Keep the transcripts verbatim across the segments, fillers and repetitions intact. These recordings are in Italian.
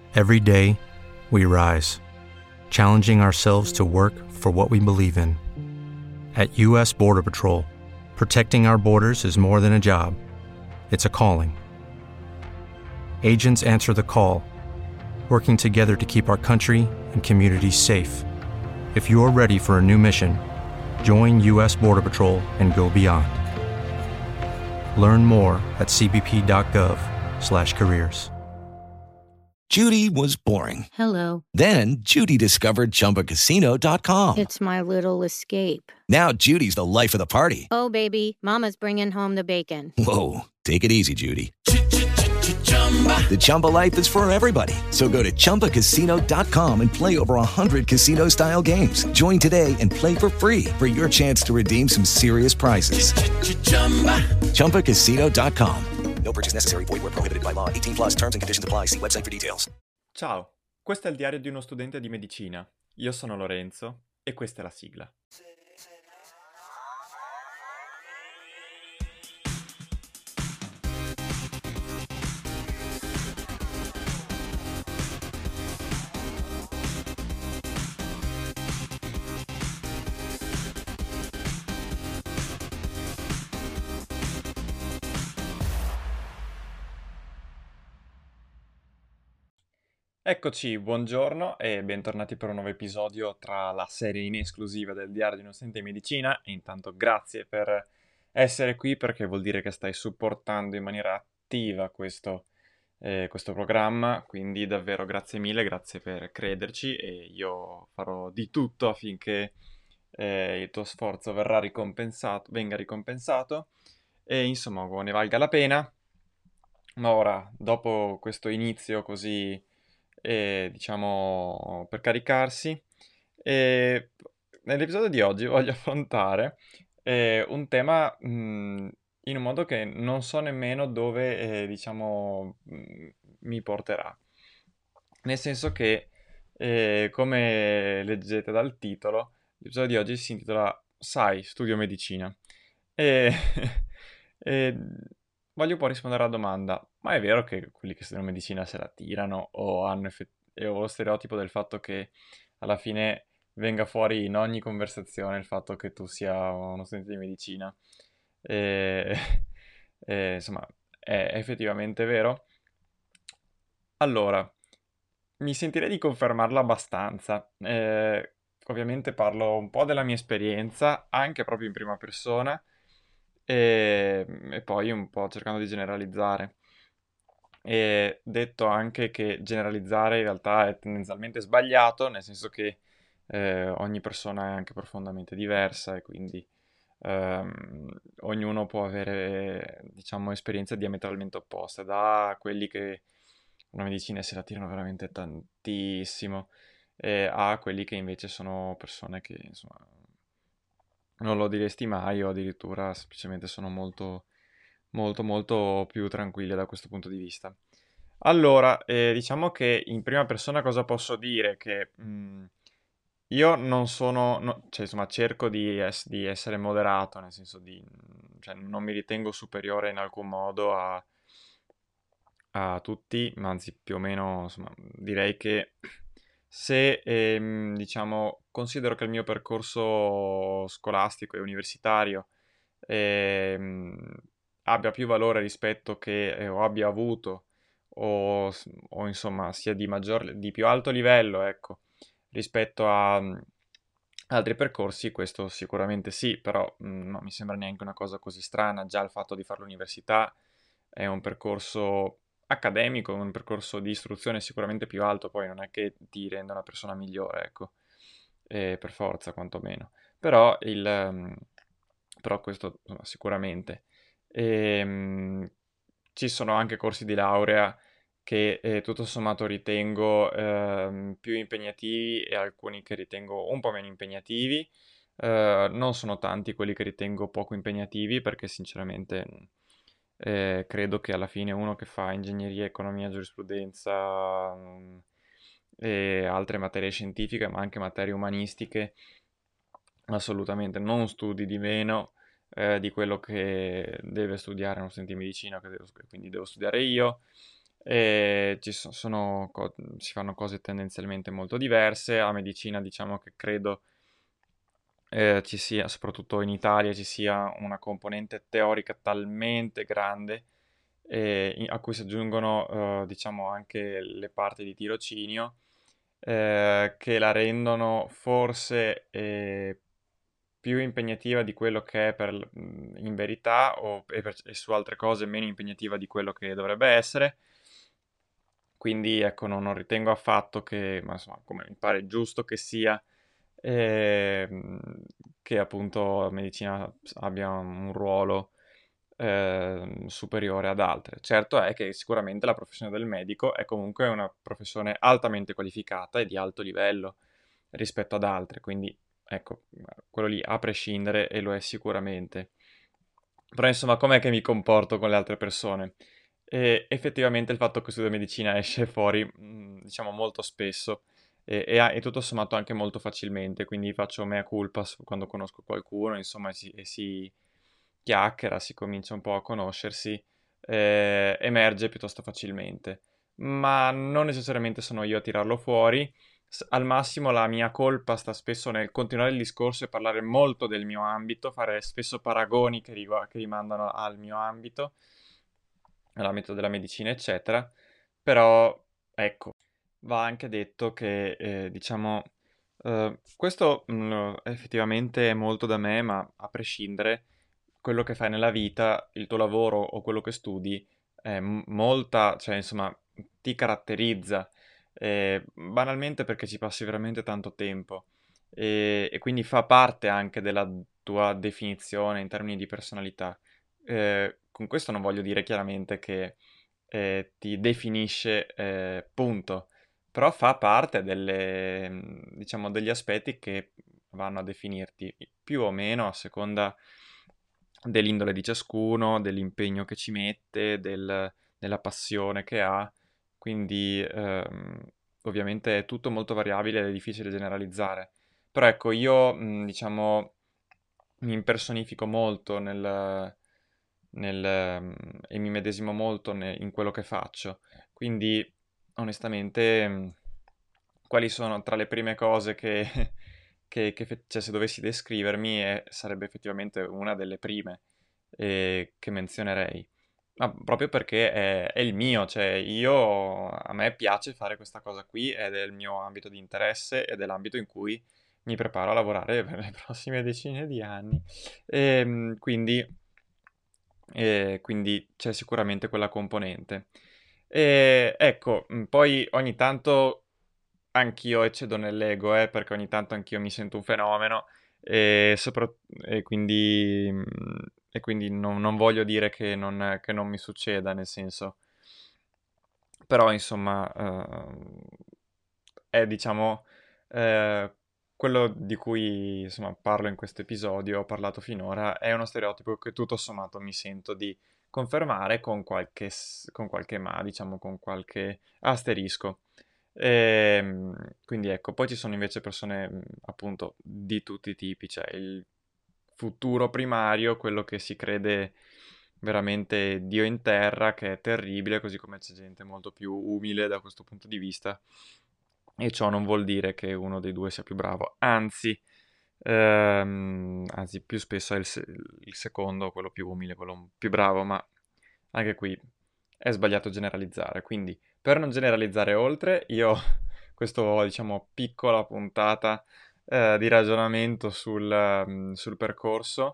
Every day, we rise, challenging ourselves to work for what we believe in. At U S Border Patrol, protecting our borders is more than a job. It's a calling. Agents answer the call, working together to keep our country and communities safe. If you're ready for a new mission, join U S Border Patrol and go beyond. Learn more at cbp.gov slash careers. Judy was boring. Hello. Then Judy discovered Chumba Casino dot com. It's my little escape. Now Judy's the life of the party. Oh, baby, mama's bringing home the bacon. Whoa, take it easy, Judy. The Chumba life is for everybody. So go to chumba casino dot com and play over one hundred casino-style games. Join today and play for free for your chance to redeem some serious prizes. chumba casino dot com. No purchase necessary. Void where prohibited by law. eighteen plus terms and conditions apply. See website for details. Ciao, questo è il diario di uno studente di medicina. Io sono Lorenzo e questa è la sigla. Eccoci, buongiorno e bentornati per un nuovo episodio tra la serie in esclusiva del diario di uno studente di medicina. E intanto grazie per essere qui, perché vuol dire che stai supportando in maniera attiva questo, eh, questo programma, quindi davvero grazie mille, grazie per crederci e io farò di tutto affinché eh, il tuo sforzo verrà ricompensato, venga ricompensato e insomma ne valga la pena. Ma ora, dopo questo inizio così e diciamo per caricarsi, e nell'episodio di oggi voglio affrontare eh, un tema mh, in un modo che non so nemmeno dove eh, diciamo mh, mi porterà, nel senso che eh, come leggete dal titolo, l'episodio di oggi si intitola Sai, studio medicina e, e voglio poi rispondere alla domanda: ma è vero che quelli che studiano medicina se la tirano o hanno effett- o lo stereotipo del fatto che alla fine venga fuori in ogni conversazione il fatto che tu sia uno studente di medicina? E, e, insomma, è effettivamente vero? Allora, mi sentirei di confermarlo abbastanza. Eh, ovviamente parlo un po' della mia esperienza, anche proprio in prima persona, e, e poi un po' cercando di generalizzare. E detto anche che generalizzare in realtà è tendenzialmente sbagliato, nel senso che eh, ogni persona è anche profondamente diversa e quindi ehm, ognuno può avere, diciamo, esperienze diametralmente opposte, da quelli che una medicina se la tirano veramente tantissimo, e a quelli che invece sono persone che, insomma, non lo diresti mai o addirittura semplicemente sono molto, molto, molto più tranquille da questo punto di vista. Allora, eh, diciamo che in prima persona cosa posso dire? Che mh, io non sono, no- cioè insomma cerco di, ess- di essere moderato, nel senso di, cioè non mi ritengo superiore in alcun modo a, a tutti, ma anzi più o meno, insomma, direi che se ehm, diciamo considero che il mio percorso scolastico e universitario ehm, abbia più valore rispetto che eh, o abbia avuto o, s- o, insomma sia di maggior, di più alto livello, ecco, rispetto a mm, altri percorsi, questo sicuramente sì, però mm, non mi sembra neanche una cosa così strana. Già il fatto di fare l'università è un percorso accademico, un percorso di istruzione sicuramente più alto, poi non è che ti renda una persona migliore, ecco, eh, per forza quantomeno. Però, il, ehm, però questo insomma, sicuramente. Ehm, ci sono anche corsi di laurea che eh, tutto sommato ritengo ehm, più impegnativi e alcuni che ritengo un po' meno impegnativi. Eh, non sono tanti quelli che ritengo poco impegnativi, perché sinceramente eh, credo che alla fine uno che fa ingegneria, economia, giurisprudenza mm, e altre materie scientifiche, ma anche materie umanistiche, assolutamente non studi di meno eh, di quello che deve studiare uno studente di medicina, che devo- quindi devo studiare io, e ci so- sono co- si fanno cose tendenzialmente molto diverse. A medicina diciamo che credo eh, ci sia, soprattutto in Italia, ci sia una componente teorica talmente grande eh, in- a cui si aggiungono, eh, diciamo, anche le parti di tirocinio, eh, che la rendono forse eh, più impegnativa di quello che è per, l- mh, in verità, o, e, per- e su altre cose meno impegnativa di quello che dovrebbe essere. Quindi ecco, non, non ritengo affatto che, ma insomma, come mi pare giusto che sia, ehm, che appunto la medicina abbia un ruolo ehm, superiore ad altre. Certo è che sicuramente la professione del medico è comunque una professione altamente qualificata e di alto livello rispetto ad altre, quindi ecco, quello lì a prescindere e lo è sicuramente. Però insomma, com'è che mi comporto con le altre persone? E effettivamente il fatto che studio medicina esce fuori, mh, diciamo, molto spesso e, e, a- e tutto sommato anche molto facilmente, quindi faccio mea culpa su- quando conosco qualcuno, insomma, e si, e si chiacchiera, si comincia un po' a conoscersi, eh, emerge piuttosto facilmente. Ma non necessariamente sono io a tirarlo fuori. S- Al massimo la mia colpa sta spesso nel continuare il discorso e parlare molto del mio ambito, fare spesso paragoni che, rigu- che rimandano al mio ambito, all'ambito della medicina, eccetera. Però, ecco, va anche detto che, eh, diciamo, eh, questo mh, effettivamente è molto da me, ma a prescindere, quello che fai nella vita, il tuo lavoro o quello che studi, è m- molta, cioè, insomma, ti caratterizza, eh, banalmente perché ci passi veramente tanto tempo e, e quindi fa parte anche della tua definizione in termini di personalità. Eh, con questo non voglio dire chiaramente che eh, ti definisce, eh, punto, però fa parte delle, mh, diciamo, degli aspetti che vanno a definirti più o meno a seconda dell'indole di ciascuno, dell'impegno che ci mette, del- della passione che ha. Quindi ehm, ovviamente è tutto molto variabile ed è difficile generalizzare. Però ecco, io mh, diciamo mi impersonifico molto nel, nel, ehm, e mi medesimo molto ne- in quello che faccio. Quindi onestamente, mh, quali sono tra le prime cose che, che- che fe- cioè, se dovessi descrivermi, eh, sarebbe effettivamente una delle prime eh, che menzionerei. Ma proprio perché è, è il mio, cioè io, a me piace fare questa cosa qui ed è il mio ambito di interesse ed è l'ambito in cui mi preparo a lavorare per le prossime decine di anni. Ehm, quindi, eh, quindi c'è sicuramente quella componente. E ecco, mh, poi ogni tanto anch'io eccedo nell'ego, eh, perché ogni tanto anch'io mi sento un fenomeno e, sopra- e quindi, mh, e quindi non, non voglio dire che non, che non mi succeda, nel senso, però insomma, ehm, è diciamo eh, quello di cui insomma parlo in questo episodio, ho parlato finora, è uno stereotipo che tutto sommato mi sento di confermare con qualche, s- con qualche ma, diciamo con qualche asterisco. Ehm, quindi ecco, poi ci sono invece persone mh, appunto di tutti i tipi, cioè il futuro primario, quello che si crede veramente Dio in terra, che è terribile, così come c'è gente molto più umile da questo punto di vista. E ciò non vuol dire che uno dei due sia più bravo, anzi, ehm, anzi più spesso è il, se- il secondo, quello più umile, quello più bravo, ma anche qui è sbagliato generalizzare. Quindi, per non generalizzare oltre, io questo, diciamo, piccola puntata eh, di ragionamento sul, ehm, sul percorso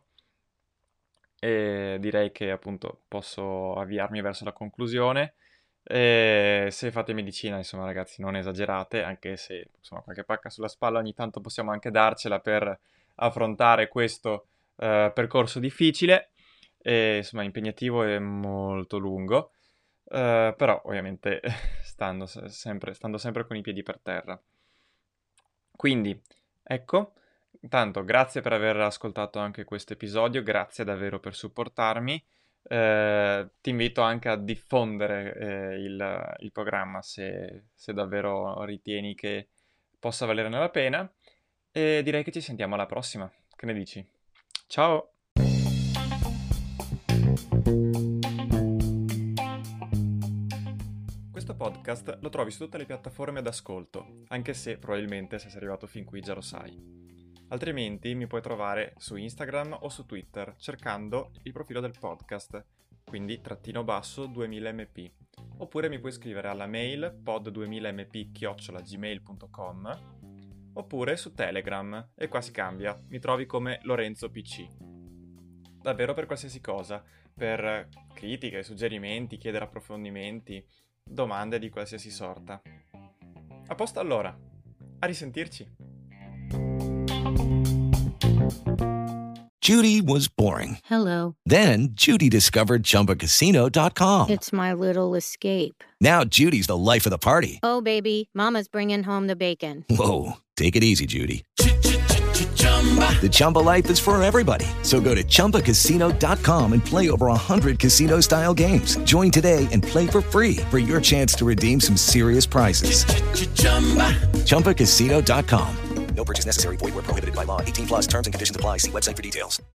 e direi che appunto posso avviarmi verso la conclusione. E se fate medicina, insomma, ragazzi, non esagerate, anche se insomma qualche pacca sulla spalla ogni tanto possiamo anche darcela per affrontare questo eh, percorso difficile e insomma impegnativo e molto lungo. Eh, però ovviamente stando se- sempre, stando sempre con i piedi per terra. Quindi, ecco, intanto grazie per aver ascoltato anche questo episodio, grazie davvero per supportarmi. Eh, ti invito anche a diffondere eh, il, il programma se, se davvero ritieni che possa valerne la pena. E direi che ci sentiamo alla prossima. Che ne dici? Ciao! podcast lo trovi su tutte le piattaforme d'ascolto, anche se probabilmente se sei arrivato fin qui già lo sai. Altrimenti mi puoi trovare su Instagram o su Twitter cercando il profilo del podcast, quindi trattino basso duemila m p, oppure mi puoi scrivere alla mail pod duemila m p chiocciola gmail punto com, oppure su Telegram, e qua si cambia, mi trovi come Lorenzo P C. Davvero per qualsiasi cosa, per critiche, suggerimenti, chiedere approfondimenti, domande di qualsiasi sorta. A posto allora, a risentirci! Judy was boring. Hello. Then Judy discovered Chumba Casino dot com. It's my little escape. Now Judy's the life of the party. Oh, baby, mama's bringing home the bacon. Whoa, take it easy, Judy. The Chumba life is for everybody. So go to Chumba Casino dot com and play over one hundred casino-style games. Join today and play for free for your chance to redeem some serious prizes. Chumba Casino dot com. No purchase necessary. Void where prohibited by law. eighteen plus terms and conditions apply. See website for details.